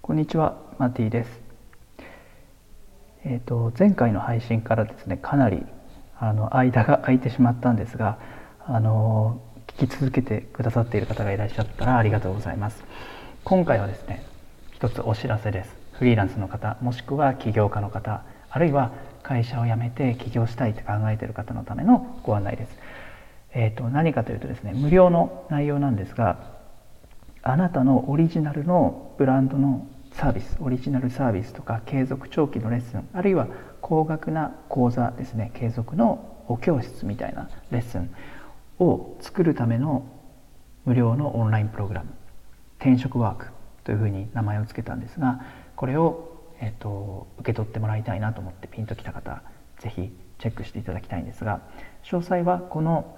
こんにちは、マティです。前回の配信からですね、かなり間が空いてしまったんですが、聞き続けてくださっている方がいらっしゃったらありがとうございます。今回はですね、一つお知らせです。フリーランスの方、もしくは起業家の方、あるいは会社を辞めて起業したいと考えている方のためのご案内です。何かというとですね、無料の内容なんですが、あなたのオリジナルのブランドのサービス、オリジナルサービスとか継続長期のレッスン、あるいは高額な講座ですね、継続のお教室みたいなレッスンを作るための無料のオンラインプログラム、転職ワークというふうに名前を付けたんですが、これを、受け取ってもらいたいなと思ってピンときた方、ぜひチェックしていただきたいんですが、詳細はこの、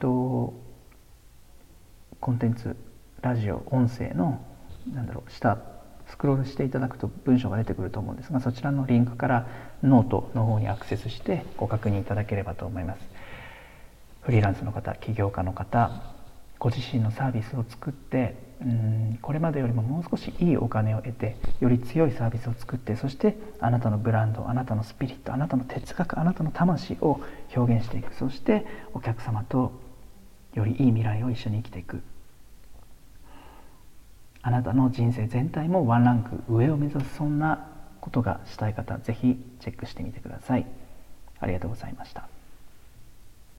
コンテンツ、ラジオ、音声の下スクロールしていただくと文章が出てくると思うんですが、そちらのリンクからノートの方にアクセスしてご確認いただければと思います。フリーランスの方、起業家の方、ご自身のサービスを作って、これまでよりももう少しいいお金を得て、より強いサービスを作って、そしてあなたのブランド、あなたのスピリット、あなたの哲学、あなたの魂を表現していく。そしてお客様とよりいい未来を一緒に生きていく。あなたの人生全体もワンランク上を目指す、そんなことがしたい方、ぜひチェックしてみてください。ありがとうございました。